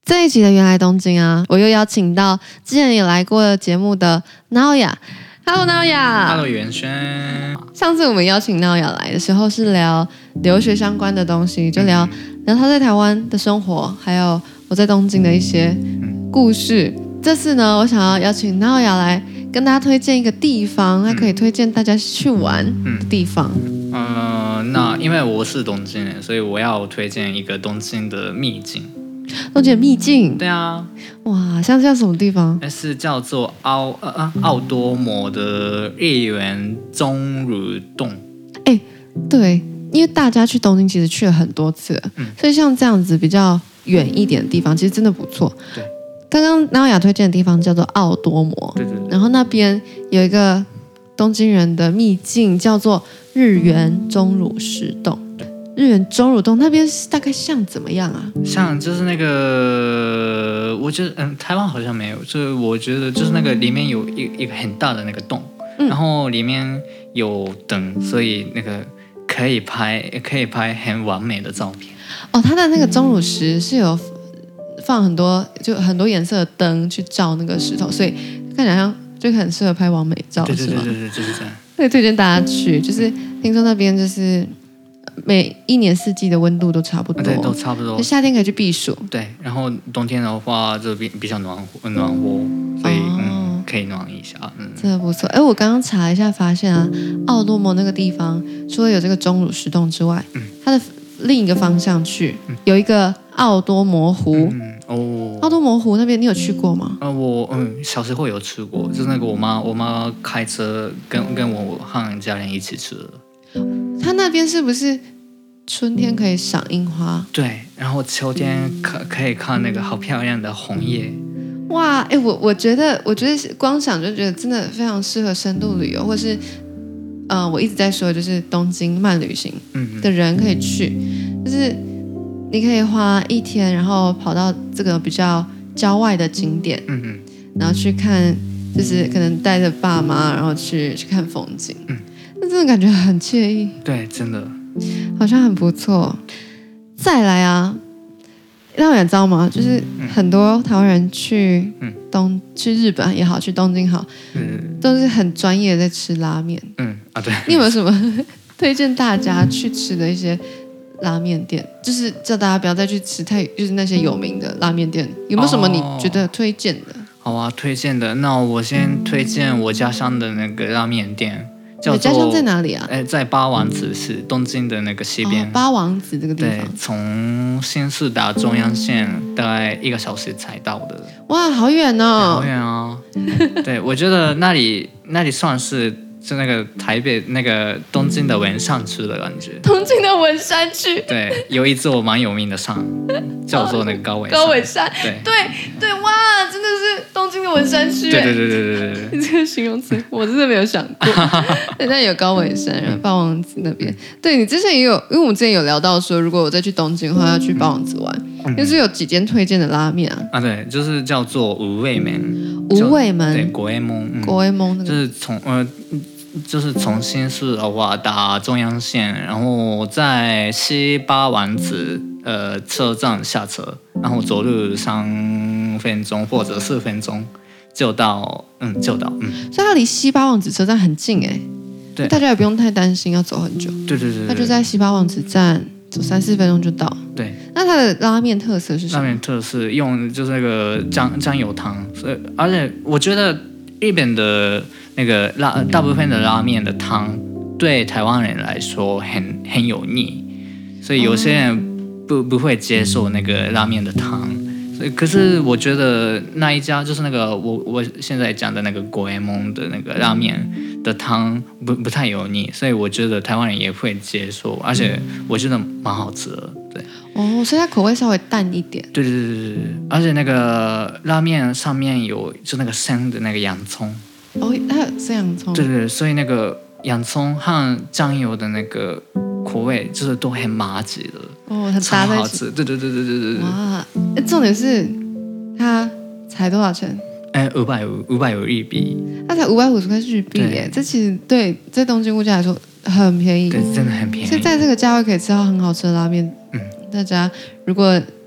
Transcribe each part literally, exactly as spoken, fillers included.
这一集的原来东京啊，我又邀请到之前也来过节目的 Naoya。Hello Naoya。Hello 袁轩。 上次我们邀请 Naoya 来的时候是聊留学相关的东西，就聊、嗯、聊他在台湾的生活，还有我在东京的一些故事。嗯、这次呢，我想要邀请 Naoya 来跟大家推荐一个地方，他可以推荐大家去玩的地方。 嗯，呃、那因为我是东京人，所以我要推荐一个东京的秘境。 东京的秘境？ 对啊。 哇，像像什么地方？ 是叫做奥呃奥多摩的日元中乳洞。 哎，对，因为大家去东京其实去了很多次了，嗯、所以像这样子比较远一点的地方，其实真的不错。 对。 刚刚Naoya推荐的地方叫做奥多摩， 对对对。 然后那边有一个东京人的秘境，叫做日元中乳石洞。日元中乳洞那边大概像怎么样啊？ 像就是那个，我觉得嗯，台湾好像没有，就是我觉得就是那个里面有一一个很大的那个洞，嗯、然后里面有灯，所以那个可以拍可以拍很完美的照片。 哦，它的那个中乳石是有放很多就很多颜色的灯去照那个石头，所以看起来像就很适合拍完美照， 对对对对对，就是这样。 可以推荐大家去，就是听说那边就是每一年四季的温度都差不多， 对，都差不多。 夏天可以去避暑， 对，然后冬天的话就比比较暖和暖和，所以、哦、嗯可以暖一下，嗯， 真的不错。哎，我刚刚查一下发现啊，奥多摩那个地方除了有这个钟乳石洞之外，嗯、它的另一个方向去、嗯、有一个奥多摩湖。 嗯哦， 奥多摩湖那边你有去过吗？ 呃，我嗯小时候有吃过，就是那个我妈我妈开车跟跟我和家人一起吃的。 它那边是不是春天可以赏樱花？ 对，然后秋天可可以看那个好漂亮的红叶。 哇，哎，我我觉得，我觉得光想就觉得真的非常适合深度旅游，或是，呃，我一直在说的就是东京慢旅行的人可以去，嗯、就是你可以花一天，然后跑到这个比较郊外的景点，嗯嗯，然后去看，就是可能带着爸妈，然后去去看风景，嗯。那真的感觉很惬意， 对，真的好像很不错。再来啊，让人知道吗？就是很多台湾人去东、嗯、去日本也好，去东京好，嗯、都是很专业的在吃拉面。 嗯啊，对。 你有没有什么推荐大家去吃的一些拉面店？就是叫大家不要再去吃太就是那些有名的拉面店，有没有什么你觉得推荐的？ 哦、好啊，推荐的。那我先推荐我家乡的那个拉面店。 你家乡在哪里啊？ 在八王子市，东京的那个西边。 哦、八王子这个地方， 对，从新宿打中央线大概一个小时才到的。 哇，好远哦！ 好远哦。对，我觉得那里那里算是是那个台北那个东京的文山区的感觉。 东京的文山区。 对，有一座蛮有名的山，叫做那个高尾山。 高尾山。 对对对，哇，真的是东京的文山区。 对对对对对对。 你这个形容词我真的没有想过。对，但有高尾山，然后八王子那边。对，你之前也有，因为我们之前有聊到说，如果我再去东京的话，要去八王子玩，嗯、就是有几间推荐的拉面啊。 啊，对，就是叫做五味门。 五味门。 对，国味门。 嗯、国味门、那个。 就是从呃。就是从新宿的话打中央线，然后在西八王子呃车站下车，然后走路三分钟或者四分钟就到，嗯，就到，嗯。 所以它离西八王子车站很近哎，对，大家也不用太担心要走很久。 对对 对, 對， 它就在西八王子站，走三四分钟就到。 对， 那它的拉面特色是什么？ 拉面特色用就是那个酱酱油汤，所以而且我觉得日本的。那个拉大部分的拉面的汤对台湾人来说很很有腻，所以有些人不不会接受那个拉面的汤。所以可是我觉得那一家就是那个我我现在讲的那个国味门的那个拉面的汤不不太油腻，所以我觉得台湾人也会接受，而且我觉得蛮好吃的。对哦，所以它口味稍微淡一点。 对对对对对，而且那个拉面上面有就那个生的那个洋葱。 哦，它有生洋葱。 对对，所以那个洋葱和酱油的那个口味就是都很麻吉的。 哦，它搭在一起。 超好吃。对对对对对对。 哇，重点是它才多少钱？ 哎，五百五，五百五日币。 它才五百五十块日币耶，这其实对在东京物价来说很便宜。 对，真的很便宜。 所以在这个价位可以吃到很好吃的拉面。嗯，大家如果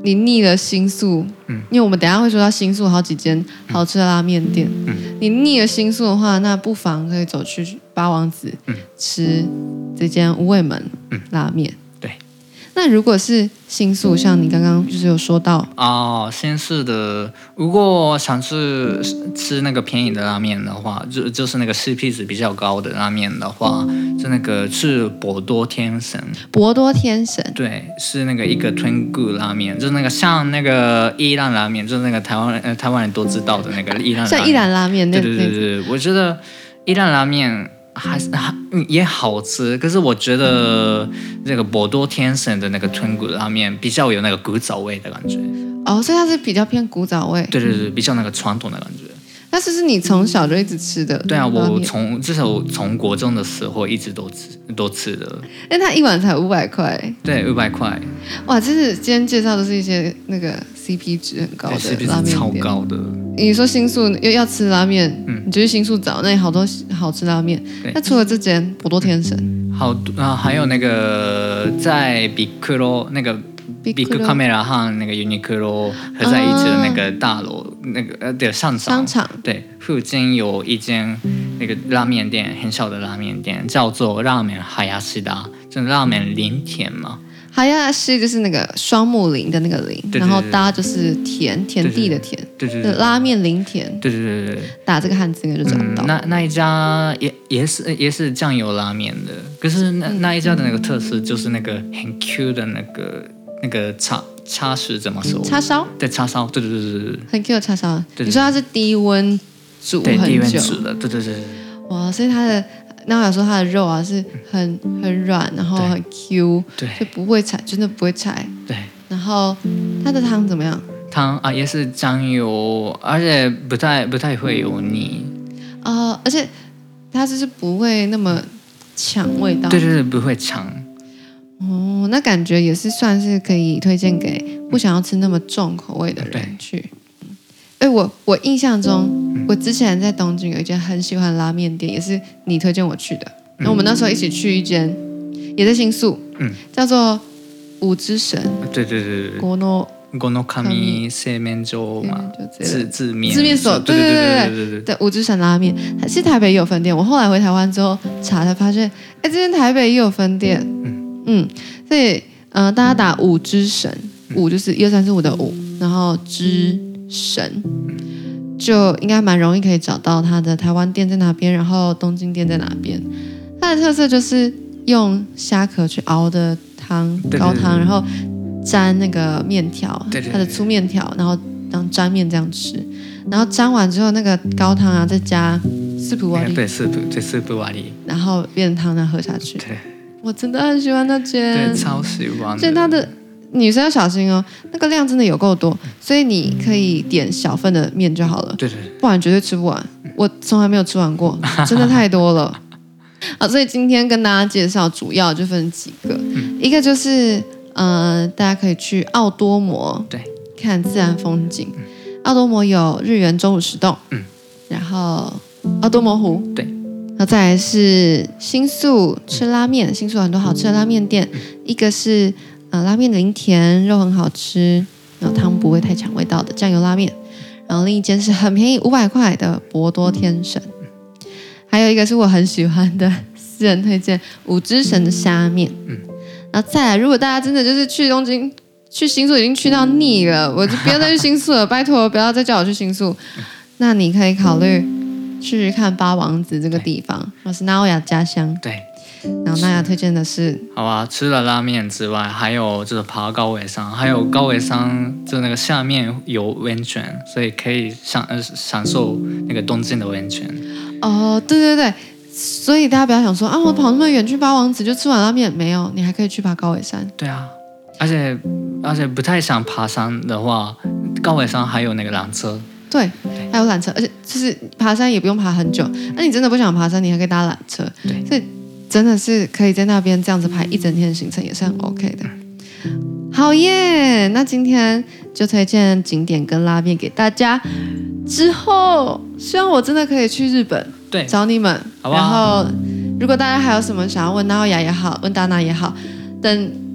你腻了新宿，嗯，因为我们等一下会说到新宿好几间好吃的拉面店，嗯，你腻了新宿的话，那不妨可以走去八王子，嗯，吃这间无尾门拉面。那如果是新宿，像你刚刚就是有说到哦，新宿的，如果想吃吃那个便宜的拉面的话，就就是那个 C P 值比较高的拉面的话，就那个是博多天神。 博多天神， 对，是那个一个豚骨拉面，就是那个像那个伊兰拉面，就是那个台湾呃台湾人都知道的那个伊兰拉面。 像伊兰拉面， 对对对对，我觉得伊兰拉面。还是也好吃，可是我觉得这个博多天神的那个豚骨拉面比较有那个古早味的感觉。 哦，所以它是比较偏古早味。 对对对，比较那个传统的感觉。 那是不是你从小就一直吃的？ 对啊，我从至少从国中的时候一直都吃都吃的。 但它一碗才五百块。 对，五百块。 哇，这是今天介绍的是一些那个 C P 值很高的拉面店， 超高的。 你说新宿要要吃拉面，嗯，你就去新宿找，那里好多好吃拉面。那除了这间博多天神， 好啊，还有那个在比克罗那个。Big Camera 和那个 Uniqlo 合在一起的那个大楼，啊、那个呃的商场， 商场对，附近有一间那个拉面店，很小的拉面店，叫做拉面哈亚西达，就是拉面林田嘛。 哈亚西就是那个双木林的那个林，然后搭就是田田地的田， 对对对， 拉面林田， 对对对对， 打这个汉字应该就找到。 嗯、那那一家也也是也是酱油拉面的，可是那那一家的那个特色就是那个很 Q 的那个。那个叉叉是怎么说？ 叉烧？ 对，叉烧，对对对对对， 很 Q 的叉烧。你说它是低温煮很久？ 对，低温煮的，对对对。 哇，所以它的，那我想说它的肉啊是很很软，然后很 Q， 对， 就不会柴，真的不会柴。 对。 然后它的汤怎么样？ 汤啊也是酱油，而且不太不太会油腻。 啊、呃，而且它就是不会那么抢味道。 对对对，不会抢。 哦，那感觉也是算是可以推荐给不想要吃那么重口味的人去。哎，我我印象中，嗯、我之前在东京有一间很喜欢的拉面店，也是你推荐我去的。那、嗯、我们那时候一起去一间，也在新宿，嗯，叫做五之神。 对对对对。 国诺国诺卡米製麺所嘛，字字面字面所，对对对对对对对，五之神拉面，是台北也有分店。我后来回台湾之后查才发现，哎，这间台北也有分店。嗯。嗯，所以呃，大家打五之神，五就是一二三四五的五，然后之神，就应该蛮容易可以找到它的台湾店在哪边，然后东京店在哪边。它的特色就是用虾壳去熬的汤，高汤，然后沾那个面条，它的粗面条，然后当沾面这样吃。然后沾完之后，那个高汤啊，再加四普瓦里， 对，四普对四普瓦里， 然后变成汤，然后喝下去。 对。 我真的很喜欢那间， 对，超喜欢的。 所以它的女生要小心哦，那个量真的有够多，所以你可以点小份的面就好了， 对对， 不然绝对吃不完。我从来没有吃完过，真的太多了。好，所以今天跟大家介绍主要就分几个，嗯、一个就是呃，大家可以去奥多摩， 对， 看自然风景。嗯、奥多摩有日元中午食洞，嗯，然后奥多摩湖， 对。 然后再来是新宿吃拉面，新宿有很多好吃的拉面店，一个是呃拉面林田，肉很好吃，然后汤不会太抢味道的酱油拉面，然后另一间是很便宜五百块的博多天神，还有一个是我很喜欢的私人推荐五之神的虾面，然后再来如果大家真的就是去东京去新宿已经去到腻了，我就不要再去新宿了，拜托不要再叫我去新宿，那你可以考虑去看八王子这个地方，我是纳欧亚家乡。 对， 然后纳亚推荐的是， 好吧，除了拉面之外，还有就是爬高尾山，还有高尾山就那个下面有温泉，所以可以享呃享受那个东京的温泉。 哦，对对对，所以大家不要想说啊，我跑那么远去八王子就吃碗拉面，没有，你还可以去爬高尾山。 对啊，而且而且不太想爬山的话，高尾山还有那个缆车。 对，还有缆车，而且就是爬山也不用爬很久。那你真的不想爬山，你还可以搭缆车。 对， 所以真的是可以在那边这样子排一整天的行程，也是很 OK 的。好耶！那今天就推荐景点跟拉面给大家。之后希望我真的可以去日本， 对， 找你们。 好不好？ 然后如果大家还有什么想要问娜欧雅也好，问达娜也好，等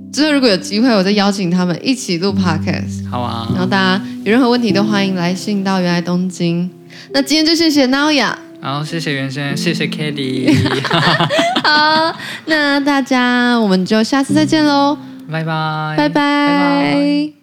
之后如果有机会，我再邀请他们一起录 podcast。 好啊。 然后大家有任何问题都欢迎来信到原来东京。那今天就谢谢 Naoya。 好，谢谢原先，谢谢 Kelly。 好，那大家我们就下次再见喽， 拜拜， 拜拜。拜拜。